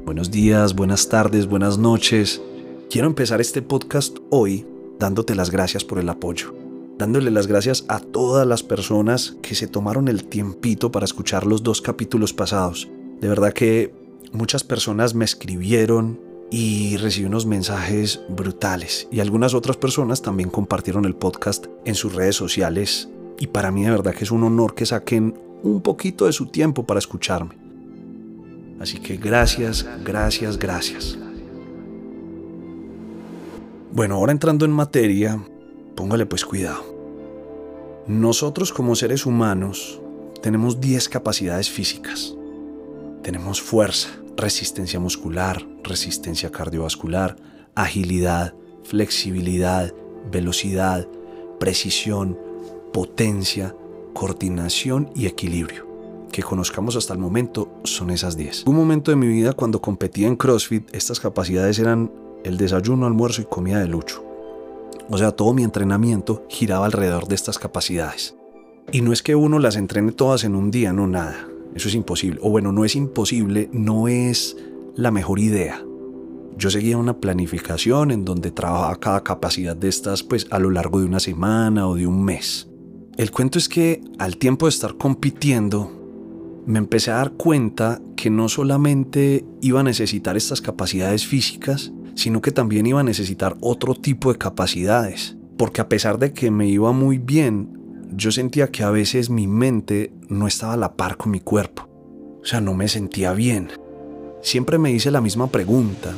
Buenos días, buenas tardes, buenas noches. Quiero empezar este podcast hoy dándote las gracias por el apoyo, dándole las gracias a todas las personas que se tomaron el tiempito para escuchar los 2 capítulos pasados. De verdad que muchas personas me escribieron y recibí unos mensajes brutales, y algunas otras personas también compartieron el podcast en sus redes sociales, y para mí de verdad que es un honor que saquen un poquito de su tiempo para escucharme. Así que gracias. Bueno, ahora entrando en materia, póngale pues cuidado. Nosotros como seres humanos tenemos 10 capacidades físicas. Tenemos fuerza, resistencia muscular, resistencia cardiovascular, agilidad, flexibilidad, velocidad, precisión, potencia, coordinación y equilibrio. Que conozcamos hasta el momento son esas 10. Un momento de mi vida cuando competía en CrossFit, estas capacidades eran el desayuno, almuerzo y comida de Lucho. O sea, todo mi entrenamiento giraba alrededor de estas capacidades. Y no es que uno las entrene todas en un día, no, nada. Eso es imposible. O bueno, no es imposible, no es la mejor idea. Yo seguía una planificación en donde trabajaba cada capacidad de estas pues a lo largo de una semana o de un mes. El cuento es que al tiempo de estar compitiendo, me empecé a dar cuenta que no solamente iba a necesitar estas capacidades físicas, sino que también iba a necesitar otro tipo de capacidades. Porque a pesar de que me iba muy bien, yo sentía que a veces mi mente no estaba a la par con mi cuerpo. O sea, no me sentía bien. Siempre me hice la misma pregunta.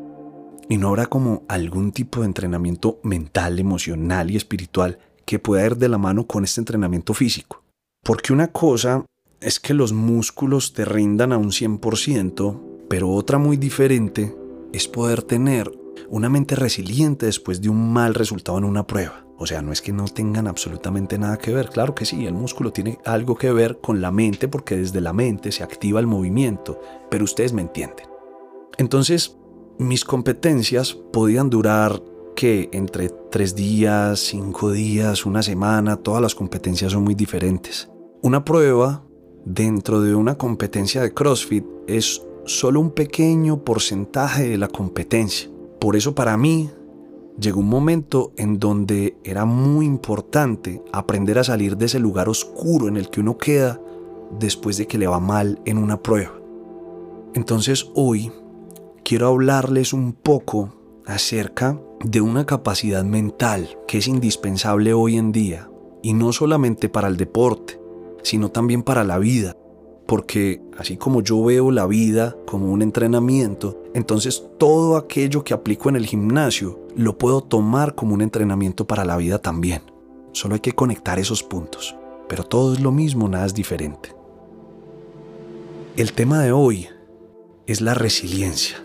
¿Y no habrá como algún tipo de entrenamiento mental, emocional y espiritual que pueda ir de la mano con este entrenamiento físico? Porque una cosa es que los músculos te rindan a un 100%, pero otra muy diferente es poder tener una mente resiliente después de un mal resultado en una prueba. O sea, no es que no tengan absolutamente nada que ver. Claro que sí, el músculo tiene algo que ver con la mente porque desde la mente se activa el movimiento, pero ustedes me entienden. Entonces, mis competencias podían durar, ¿qué? Entre 3 días, 5 días, una semana. Todas las competencias son muy diferentes. Una prueba dentro de una competencia de CrossFit es solo un pequeño porcentaje de la competencia. Por eso para mí llegó un momento en donde era muy importante aprender a salir de ese lugar oscuro en el que uno queda después de que le va mal en una prueba. Entonces hoy quiero hablarles un poco acerca de una capacidad mental que es indispensable hoy en día, y no solamente para el deporte, sino también para la vida. Porque así como yo veo la vida como un entrenamiento, entonces todo aquello que aplico en el gimnasio lo puedo tomar como un entrenamiento para la vida también. Solo hay que conectar esos puntos. Pero todo es lo mismo, nada es diferente. El tema de hoy es la resiliencia.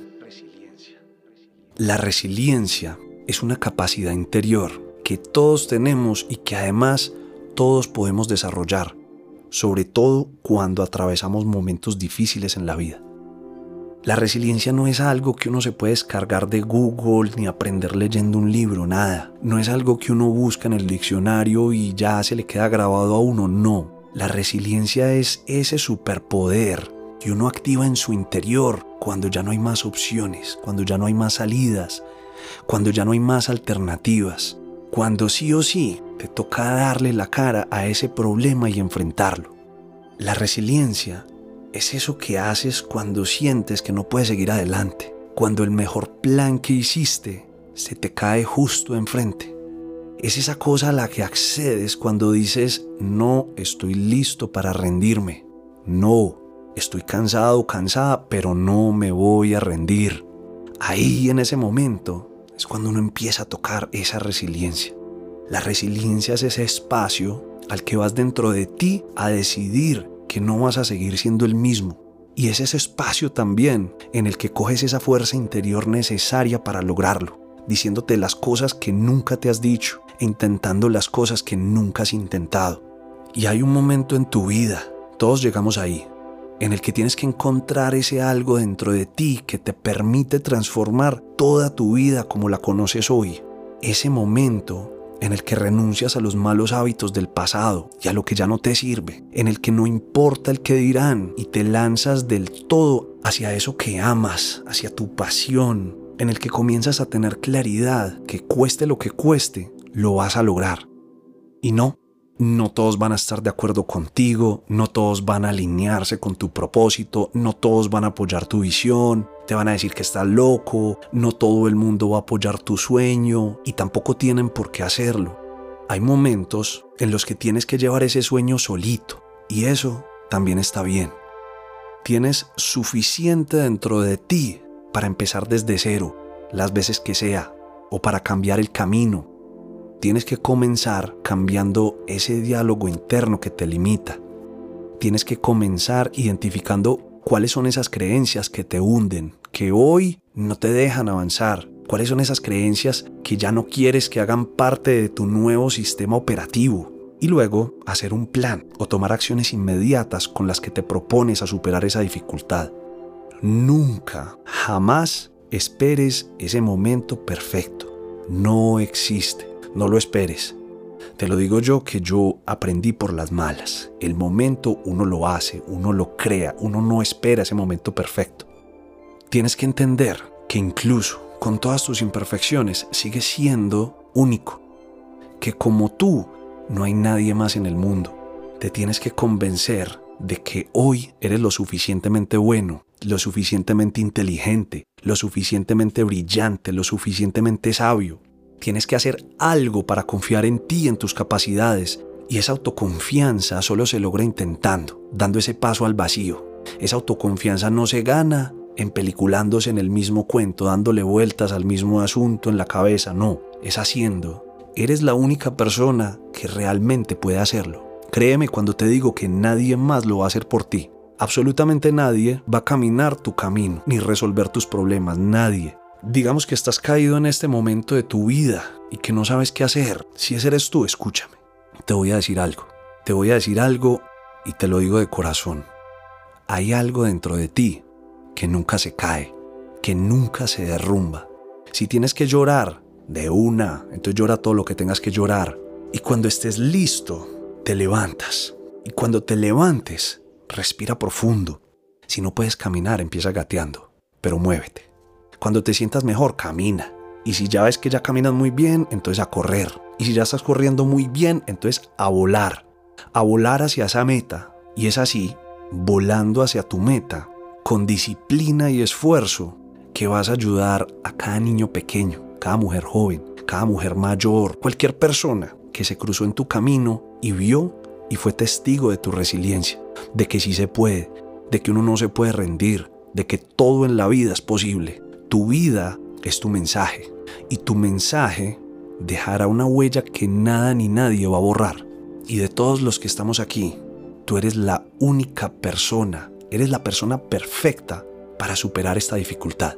La resiliencia es una capacidad interior que todos tenemos y que además todos podemos desarrollar, sobre todo cuando atravesamos momentos difíciles en la vida. La resiliencia no es algo que uno se puede descargar de Google ni aprender leyendo un libro, nada. No es algo que uno busca en el diccionario y ya se le queda grabado a uno, no. La resiliencia es ese superpoder que uno activa en su interior cuando ya no hay más opciones, cuando ya no hay más salidas, cuando ya no hay más alternativas, cuando sí o sí te toca darle la cara a ese problema y enfrentarlo. La resiliencia es eso que haces cuando sientes que no puedes seguir adelante, cuando el mejor plan que hiciste se te cae justo enfrente. Es esa cosa a la que accedes cuando dices: no estoy listo para rendirme, no, estoy cansado o cansada, pero no me voy a rendir. Ahí en ese momento es cuando uno empieza a tocar esa resiliencia. La resiliencia es ese espacio al que vas dentro de ti a decidir que no vas a seguir siendo el mismo. Y es ese espacio también en el que coges esa fuerza interior necesaria para lograrlo, diciéndote las cosas que nunca te has dicho e intentando las cosas que nunca has intentado. Y hay un momento en tu vida, todos llegamos ahí, en el que tienes que encontrar ese algo dentro de ti que te permite transformar toda tu vida como la conoces hoy. Ese momento en el que renuncias a los malos hábitos del pasado y a lo que ya no te sirve, en el que no importa el que dirán y te lanzas del todo hacia eso que amas, hacia tu pasión, en el que comienzas a tener claridad que cueste lo que cueste, lo vas a lograr. Y no todos van a estar de acuerdo contigo, no todos van a alinearse con tu propósito, no todos van a apoyar tu visión, te van a decir que estás loco, no todo el mundo va a apoyar tu sueño y tampoco tienen por qué hacerlo. Hay momentos en los que tienes que llevar ese sueño solito y eso también está bien. Tienes suficiente dentro de ti para empezar desde cero, las veces que sea, o para cambiar el camino. Tienes que comenzar cambiando ese diálogo interno que te limita. Tienes que comenzar identificando cuáles son esas creencias que te hunden, que hoy no te dejan avanzar. Cuáles son esas creencias que ya no quieres que hagan parte de tu nuevo sistema operativo. Y luego hacer un plan o tomar acciones inmediatas con las que te propones a superar esa dificultad. Nunca, jamás esperes ese momento perfecto. No existe. No lo esperes. Te lo digo yo que yo aprendí por las malas. El momento uno lo hace, uno lo crea, uno no espera ese momento perfecto. Tienes que entender que incluso con todas tus imperfecciones sigues siendo único. Que como tú no hay nadie más en el mundo. Te tienes que convencer de que hoy eres lo suficientemente bueno, lo suficientemente inteligente, lo suficientemente brillante, lo suficientemente sabio. Tienes que hacer algo para confiar en ti, en tus capacidades. Y esa autoconfianza solo se logra intentando, dando ese paso al vacío. Esa autoconfianza no se gana empeliculándose en el mismo cuento, dándole vueltas al mismo asunto en la cabeza. No, es haciendo. Eres la única persona que realmente puede hacerlo. Créeme cuando te digo que nadie más lo va a hacer por ti. Absolutamente nadie va a caminar tu camino, ni resolver tus problemas. Nadie. Digamos que estás caído en este momento de tu vida y que no sabes qué hacer. Si ese eres tú, escúchame. Te voy a decir algo. Te voy a decir algo y te lo digo de corazón. Hay algo dentro de ti que nunca se cae, que nunca se derrumba. Si tienes que llorar de una, entonces llora todo lo que tengas que llorar. Y cuando estés listo, te levantas. Y cuando te levantes, respira profundo. Si no puedes caminar, empieza gateando, pero muévete. Cuando te sientas mejor, camina. Y si ya ves que ya caminas muy bien, entonces a correr. Y si ya estás corriendo muy bien, entonces a volar hacia esa meta. Y es así, volando hacia tu meta, con disciplina y esfuerzo, que vas a ayudar a cada niño pequeño, cada mujer joven, cada mujer mayor, cualquier persona que se cruzó en tu camino y vio y fue testigo de tu resiliencia, de que sí se puede, de que uno no se puede rendir, de que todo en la vida es posible. Tu vida es tu mensaje y tu mensaje dejará una huella que nada ni nadie va a borrar. Y de todos los que estamos aquí, tú eres la única persona, eres la persona perfecta para superar esta dificultad.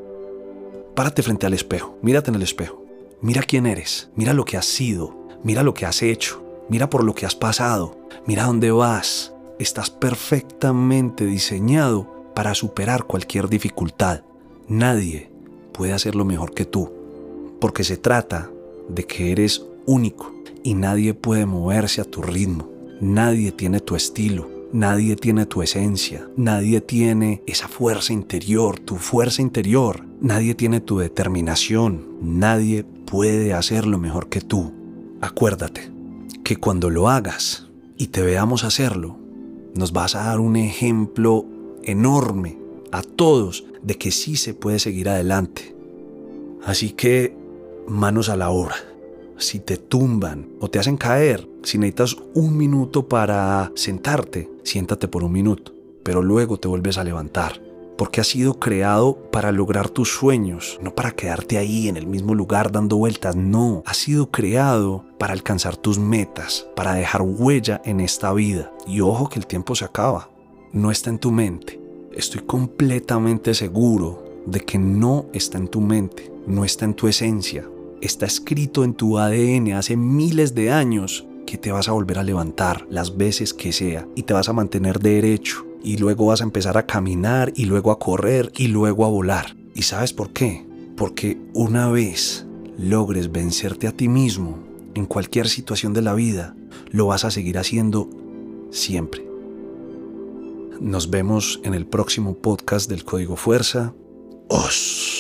Párate frente al espejo, mírate en el espejo, mira quién eres, mira lo que has sido, mira lo que has hecho, mira por lo que has pasado, mira dónde vas. Estás perfectamente diseñado para superar cualquier dificultad. Nadie puede hacerlo mejor que tú, porque se trata de que eres único y nadie puede moverse a tu ritmo. Nadie tiene tu estilo, nadie tiene tu esencia, nadie tiene esa fuerza interior, tu fuerza interior, nadie tiene tu determinación, nadie puede hacerlo mejor que tú. Acuérdate que cuando lo hagas y te veamos hacerlo, nos vas a dar un ejemplo enorme a todos de que sí se puede seguir adelante. Así que manos a la obra. Si te tumban o te hacen caer, si necesitas un minuto para sentarte, siéntate por un minuto, pero luego te vuelves a levantar, porque has sido creado para lograr tus sueños, no para quedarte ahí en el mismo lugar dando vueltas. No, has sido creado para alcanzar tus metas, para dejar huella en esta vida. Y ojo que el tiempo se acaba, no está en tu mente. Estoy completamente seguro de que no está en tu mente, no está en tu esencia. Está escrito en tu ADN hace miles de años que te vas a volver a levantar las veces que sea y te vas a mantener derecho y luego vas a empezar a caminar y luego a correr y luego a volar. ¿Y sabes por qué? Porque una vez logres vencerte a ti mismo, en cualquier situación de la vida, lo vas a seguir haciendo siempre. Nos vemos en el próximo podcast del Código Fuerza. ¡Os!